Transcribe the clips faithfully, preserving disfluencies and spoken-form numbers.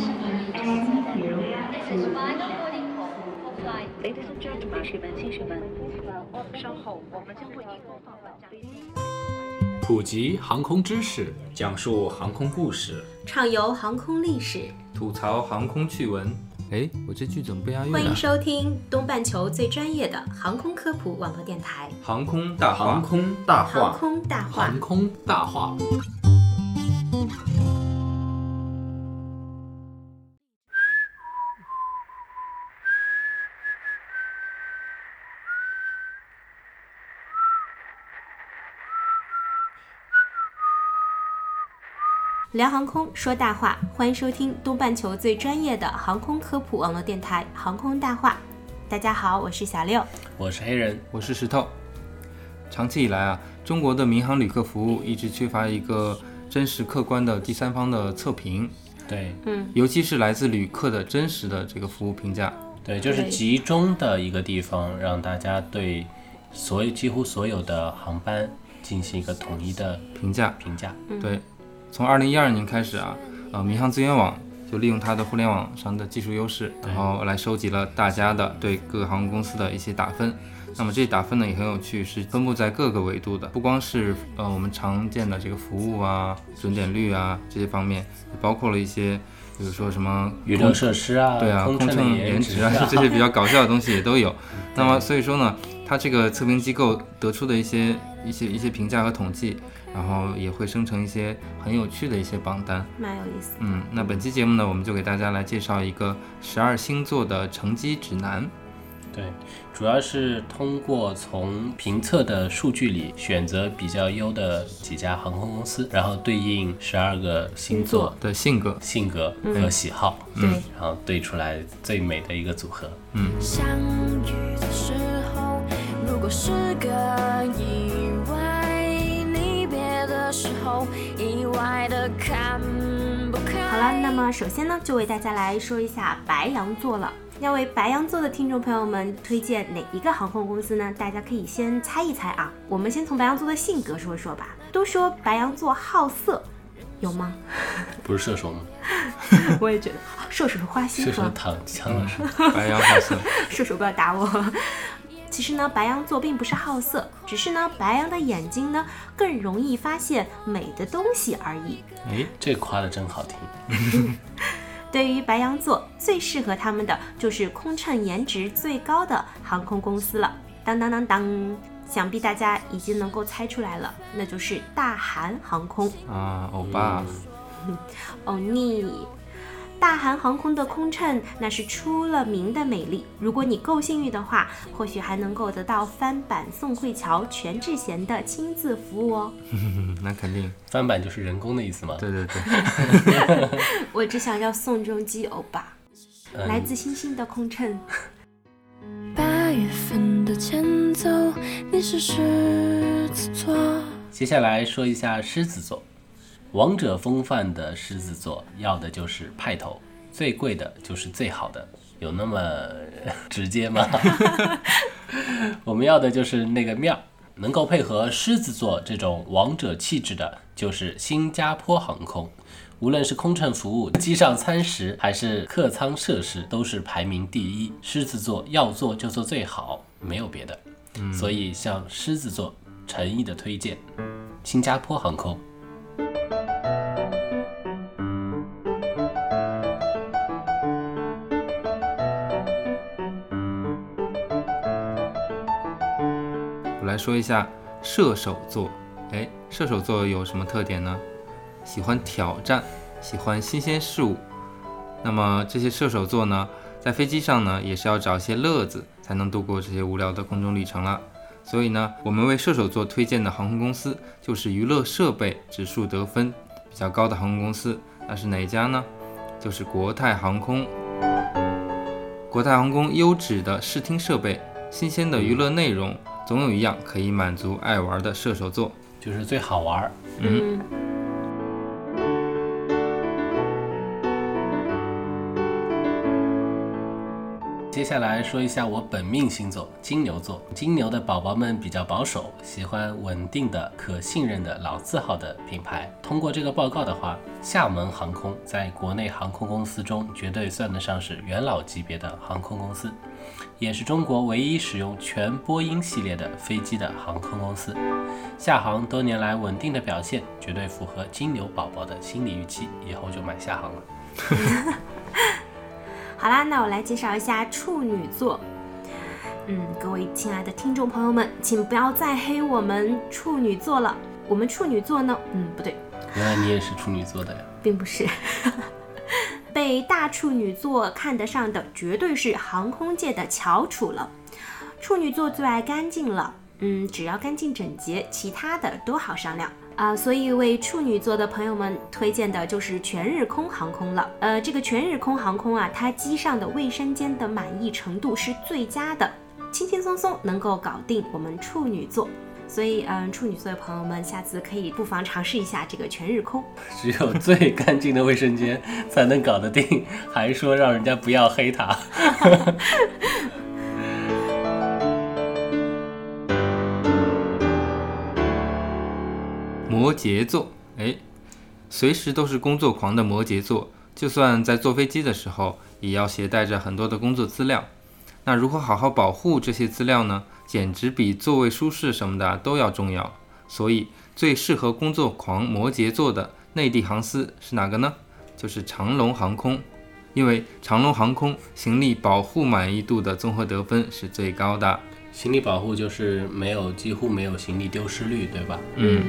Ladies and gentlemen，士们、先生们，稍后我们将为您播放本站。 普及航空知识，讲述航空故事， 畅游航空历史， 吐槽航空趣闻。哎，我这句怎么不押韵啊？ 欢迎收听东半球最专业的航空科普网络电台 ——航空大话。 航空大话。 航空大话。 航空大话。 聊航空说大话，欢迎收听东半球最专业的航空科普网络电台航空大话。大家好，我是小六， 我是黑人， 我是石头。长期以来啊，中国的民航旅客服务一直缺乏一个真实客观的第三方的测评， 对， 嗯， 尤其是来自旅客的真实的这个服务评价，对，就是集中的一个地方，让大家对所有几乎所有的航班进行一个统一的评价评价， 嗯、 对。从二零一二年开始啊，呃，民航资源网就利用它的互联网上的技术优势，然后来收集了大家的对各个航空公司的一些打分。那么这些打分呢也很有趣，是分布在各个维度的，不光是呃我们常见的这个服务啊、准点率啊这些方面，也包括了一些，比如说什么娱乐设施啊， 对啊，空乘颜值啊，这些比较搞笑的东西也都有。那么所以说呢，它这个测评机构得出的一些一些一些评价和统计，然后也会生成一些很有趣的一些榜单， 蛮有意思。 嗯，那本期节目呢，我们就给大家来介绍一个十二星座的乘机指南。 对，主要是通过从评测的数据里选择比较优的几家航空公司，然后对应十二个星座的性格、 性格和喜好， 嗯，对， 然后对出来最美的一个组合。 嗯。 相遇的时候，如果是个意外，离别的时候，意外的看不开。 好了，那么首先呢，就为大家来说一下白羊座了。要为白羊座的听众朋友们推荐哪一个航空公司呢？大家可以先猜一猜啊。我们先从白羊座的性格说说吧。都说白羊座好色，有吗？ 不是射手吗？ 我也觉得，射手是花心， 射手躺枪了是吧？白羊好色， 射手不要打我。其实呢，白羊座并不是好色，只是呢，白羊的眼睛呢更容易发现美的东西而已。 哎，这夸得真好听。 对于白羊座，最适合他们的就是空乘颜值最高的航空公司了。当当当当，想必大家已经能够猜出来了，那就是大韩航空啊，欧巴， 欧尼。大韩航空的空乘那是出了名的美丽，如果你够幸运的话，或许还能够得到翻版宋慧乔、全智贤的亲自服务哦。 那肯定， 翻版就是人工的意思吗？ 对对对。 我只想要宋仲基欧巴， 嗯、 来自星星的空乘。 八月份的前奏，你是狮子座。 接下来说一下狮子座。王者风范的狮子座要的就是派头，最贵的就是最好的，有那么直接吗？我们要的就是那个面儿，能够配合狮子座这种王者气质的，就是新加坡航空。无论是空乘服务、机上餐食，还是客舱设施，都是排名第一。狮子座要做就做最好，没有别的。嗯、所以向狮子座诚意的推荐新加坡航空。 我来说一下射手座。哎，射手座有什么特点呢？喜欢挑战，喜欢新鲜事物。那么这些射手座呢，在飞机上呢，也是要找一些乐子，才能度过这些无聊的空中旅程了。所以呢，我们为射手座推荐的航空公司，就是娱乐设备指数得分比较高的航空公司。那是哪一家呢？就是国泰航空。国泰航空优质的视听设备，新鲜的娱乐内容，总有一样可以满足爱玩的射手座， 就是最好玩。 嗯。 接接下来说一下我本命星座金牛座。金牛的宝宝们比较保守，喜欢稳定的、可信任的、老字号的品牌。通过这个报告的话，厦门航空在国内航空公司中绝对算得上是元老级别的航空公司，也是中国唯一使用全波音系列的飞机的航空公司。厦航多年来稳定的表现，绝对符合金牛宝宝的心理预期，以后就买厦航了。 好啦，那我来介绍一下处女座。嗯，各位亲爱的听众朋友们，请不要再黑我们处女座了。我们处女座呢，嗯，不对， 原来你也是处女座的呀？ 并不是。被大处女座看得上的，绝对是航空界的翘楚了。处女座最爱干净了，嗯，只要干净整洁，其他的都好商量。啊、呃，所以为处女座的朋友们推荐的就是全日空航空了。呃，这个全日空航空啊，它机上的卫生间的满意程度是最佳的，轻轻松松能够搞定我们处女座。所以，嗯，处女座的朋友们，下次可以不妨尝试一下这个全日空。 只有最干净的卫生间才能搞得定，还说让人家不要黑它。 摩羯座，哎，随时都是工作狂的摩羯座，就算在坐飞机的时候，也要携带着很多的工作资料。那如何好好保护这些资料呢？简直比座位舒适什么的都要重要。所以最适合工作狂摩羯座的内地航司是哪个呢？就是长龙航空。因为长龙航空行李保护满意度的综合得分是最高的。 行李保护就是没有几乎没有行李丢失率，对吧？ 嗯。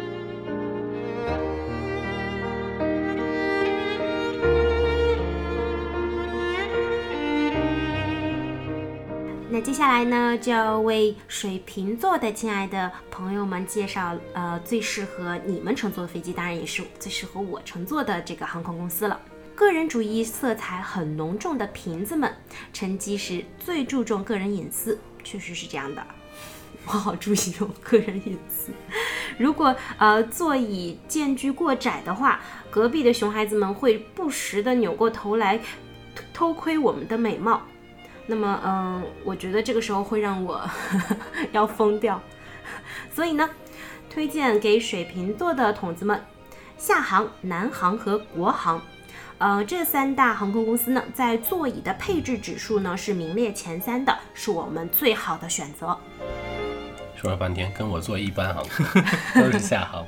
那接下来呢，就要为水瓶座的亲爱的朋友们介绍，呃，最适合你们乘坐的飞机，当然也是最适合我乘坐的这个航空公司了。个人主义色彩很浓重的瓶子们，乘机时最注重个人隐私，确实是这样的。我好注意哦，个人隐私。如果呃座椅间距过窄的话，隔壁的熊孩子们会不时的扭过头来偷窥我们的美貌。那么，嗯、呃，我觉得这个时候会让我呵呵要疯掉。所以呢，推荐给水瓶座的筒子们，厦航、南航和国航。呃，这三大航空公司呢，在座椅的配置指数呢是名列前三的，是我们最好的选择。 说了半天，跟我坐一般航空，都是厦航。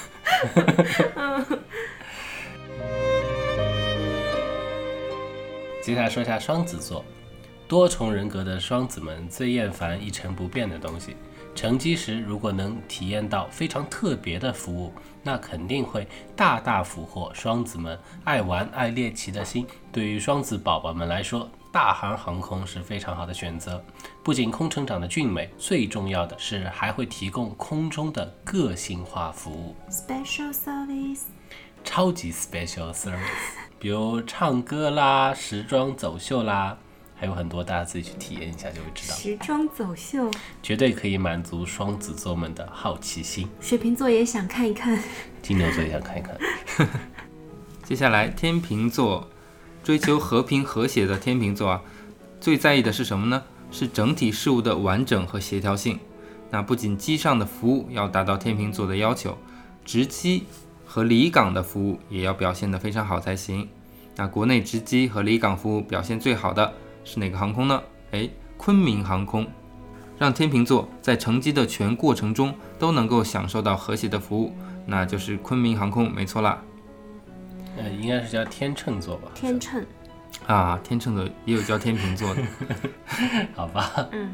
接下来说一下双子座，多重人格的双子们最厌烦一成不变的东西。乘机时如果能体验到非常特别的服务，那肯定会大大俘获双子们爱玩爱猎奇的心。对于双子宝宝们来说，大韩航空是非常好的选择。不仅空乘长得俊美，最重要的是还会提供空中的个性化服务 Special service， 超级 special service， 比如唱歌啦、时装走秀啦，还有很多，大家自己去体验一下就会知道。 时装走秀绝对可以满足双子座们的好奇心。 水瓶座也想看一看， 金牛座也想看一看。 接下来天秤座，追求和平和谐的天秤座啊，最在意的是什么呢？是整体事物的完整和协调性。那不仅机上的服务要达到天秤座的要求，直机和离港的服务也要表现得非常好才行。那国内直机和离港服务表现最好的是哪个航空呢？诶，昆明航空，让天秤座在乘机的全过程中都能够享受到和谐的服务，那就是昆明航空，没错啦。 呃，应该是叫天秤座吧？ 天秤啊，天秤座也有叫天秤座的。 好吧。 嗯。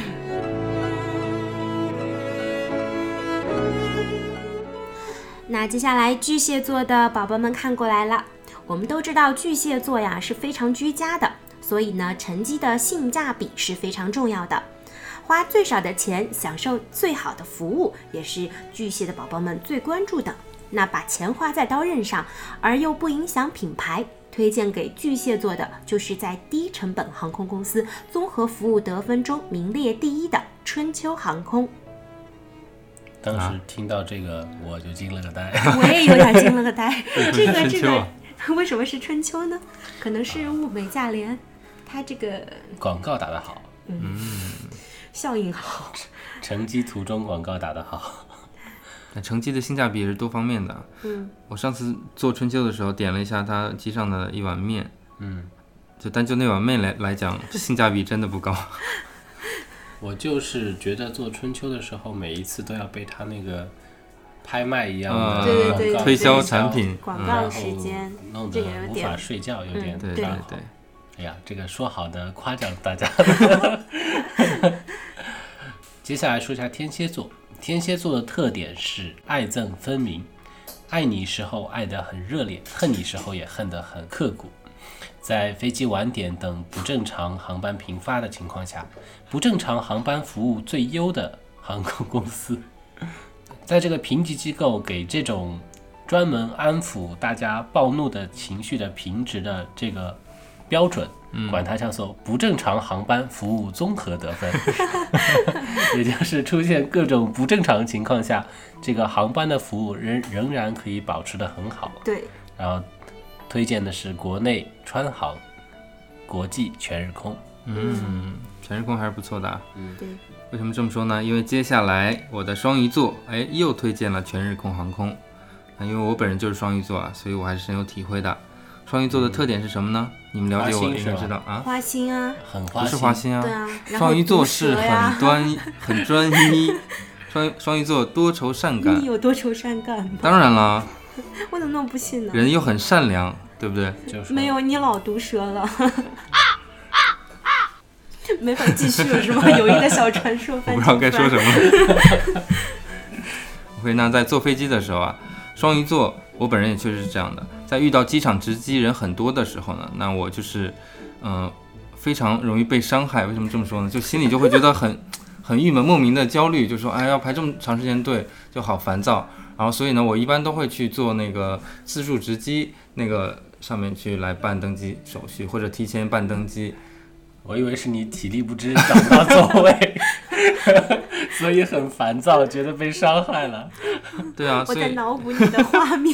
那接下来巨蟹座的宝宝们看过来了。我们都知道巨蟹座呀是非常居家的，所以呢，乘机的性价比是非常重要的。花最少的钱，享受最好的服务，也是巨蟹的宝宝们最关注的。那把钱花在刀刃上，而又不影响品牌，推荐给巨蟹座的就是在低成本航空公司综合服务得分中名列第一的春秋航空。 当时听到这个，我就惊了个呆。 我也有点惊了个呆。这个这个。为什么是春秋呢？可能是物美价廉。 他这个广告打得好， 效应好。 乘机途中广告打得好。 那乘机的性价比也是多方面的。 嗯， 我上次做春秋的时候点了一下他机上的一碗面， 嗯， 就单就那碗面来来讲，性价比真的不高。 我就是觉得做春秋的时候，每一次都要被他那个拍卖一样的呃对对对广告推销产品广嗯告时间， 弄得这个有点无法睡觉，有点嗯对对大对， 哎呀，这个说好的夸奖大家。接下来说一下天蝎座。天蝎座的特点是爱憎分明，爱你时候爱得很热烈，恨你时候也恨得很刻骨。在飞机晚点等不正常航班频发的情况下，不正常航班服务最优的航空公司，在这个评级机构给这种专门安抚大家暴怒的情绪的评值的这个标准，管它叫做不正常航班服务综合得分，也就是出现各种不正常情况下，这个航班的服务仍仍然可以保持得很好。 对， 然后推荐的是国内川航、国际全日空。 嗯，全日空还是不错的啊。 对， 为什么这么说呢？因为接下来我的双鱼座，哎，又推荐了全日空航空。啊，因为我本人就是双鱼座啊，所以我还是深有体会的。双鱼座的特点是什么呢？你们了解我应该知道啊。 花心啊， 不很花心， 是花心啊， 对啊，然后双鱼座毒是舌呀很专很专一，双双鱼座多愁善感你，有多愁善感吗？ 当然了， 我怎么那么不信呢？ 人又很善良，对不对？ 就是没有，你老毒舌了。没法继续了是吗？友谊的小传说我翻不知道该说什么。 么。OK， 那在坐飞机的时候啊，双鱼座我本人也确实是这样的，在遇到机场值机人很多的时候呢，那我就是嗯、呃、非常容易被伤害。为什么这么说呢？就心里就会觉得很很郁闷，莫名的焦虑，就说哎要排这么长时间队，就好烦躁。然后所以呢，我一般都会去做那个自助值机那个上面去来办登机手续，或者提前办登机。 我以为是你体力不支找不到座位，所以很烦躁，觉得被伤害了。 对啊， 我所以在脑补你的画面。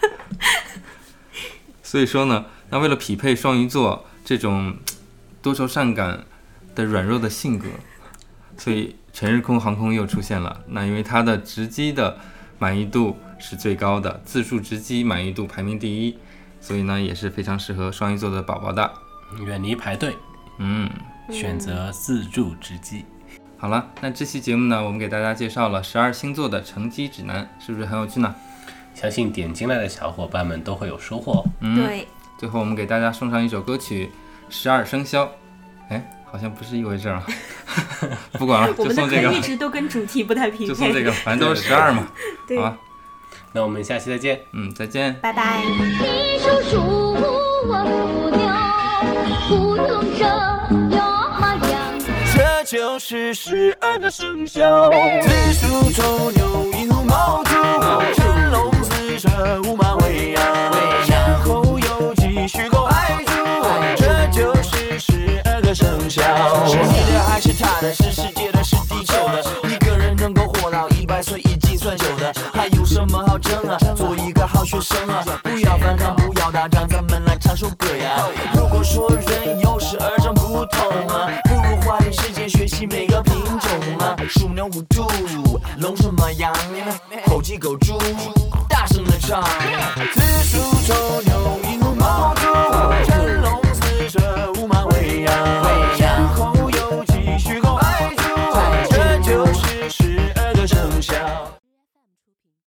所以说呢，那为了匹配双鱼座这种多愁善感的软弱的性格，所以全日空航空又出现了。那因为它的值机的满意度是最高的，自助值机满意度排名第一，所以呢也是非常适合双鱼座的宝宝的。 远离排队， 嗯， 选择自助值机。 好了，那这期节目呢，我们给大家介绍了十二星座的乘机指南，是不是很有趣呢？ 相信点进来的小伙伴们都会有收获。 嗯， 对， 最后我们给大家送上一首歌曲《十二生肖》，哎，好像不是一回事啊。不管了， 我们的就送这个歌一，直都跟主题不太匹配。 就送这个，反正都是十二嘛。 对好吧， 那我们下期再见。 嗯，再见。 拜拜。 一手鼠我不牛，不能这样。 这就是十二个生肖，子鼠丑牛寅虎卯兔，辰龙巳蛇午马未羊，然后有鸡戌狗亥猪，这就是十二个生肖。是你的还是他的？是世界的，是地球的？一个人能够活到一百岁已计算久的，还有什么好争啊？做一个好学生啊，不要反抗，不要打仗，咱们来唱首歌呀。如果说人有十二种不同啊，不如花点时间学习每个品种啊。鼠牛虎兔龙蛇马羊，猴鸡狗猪，大声的唱。子鼠丑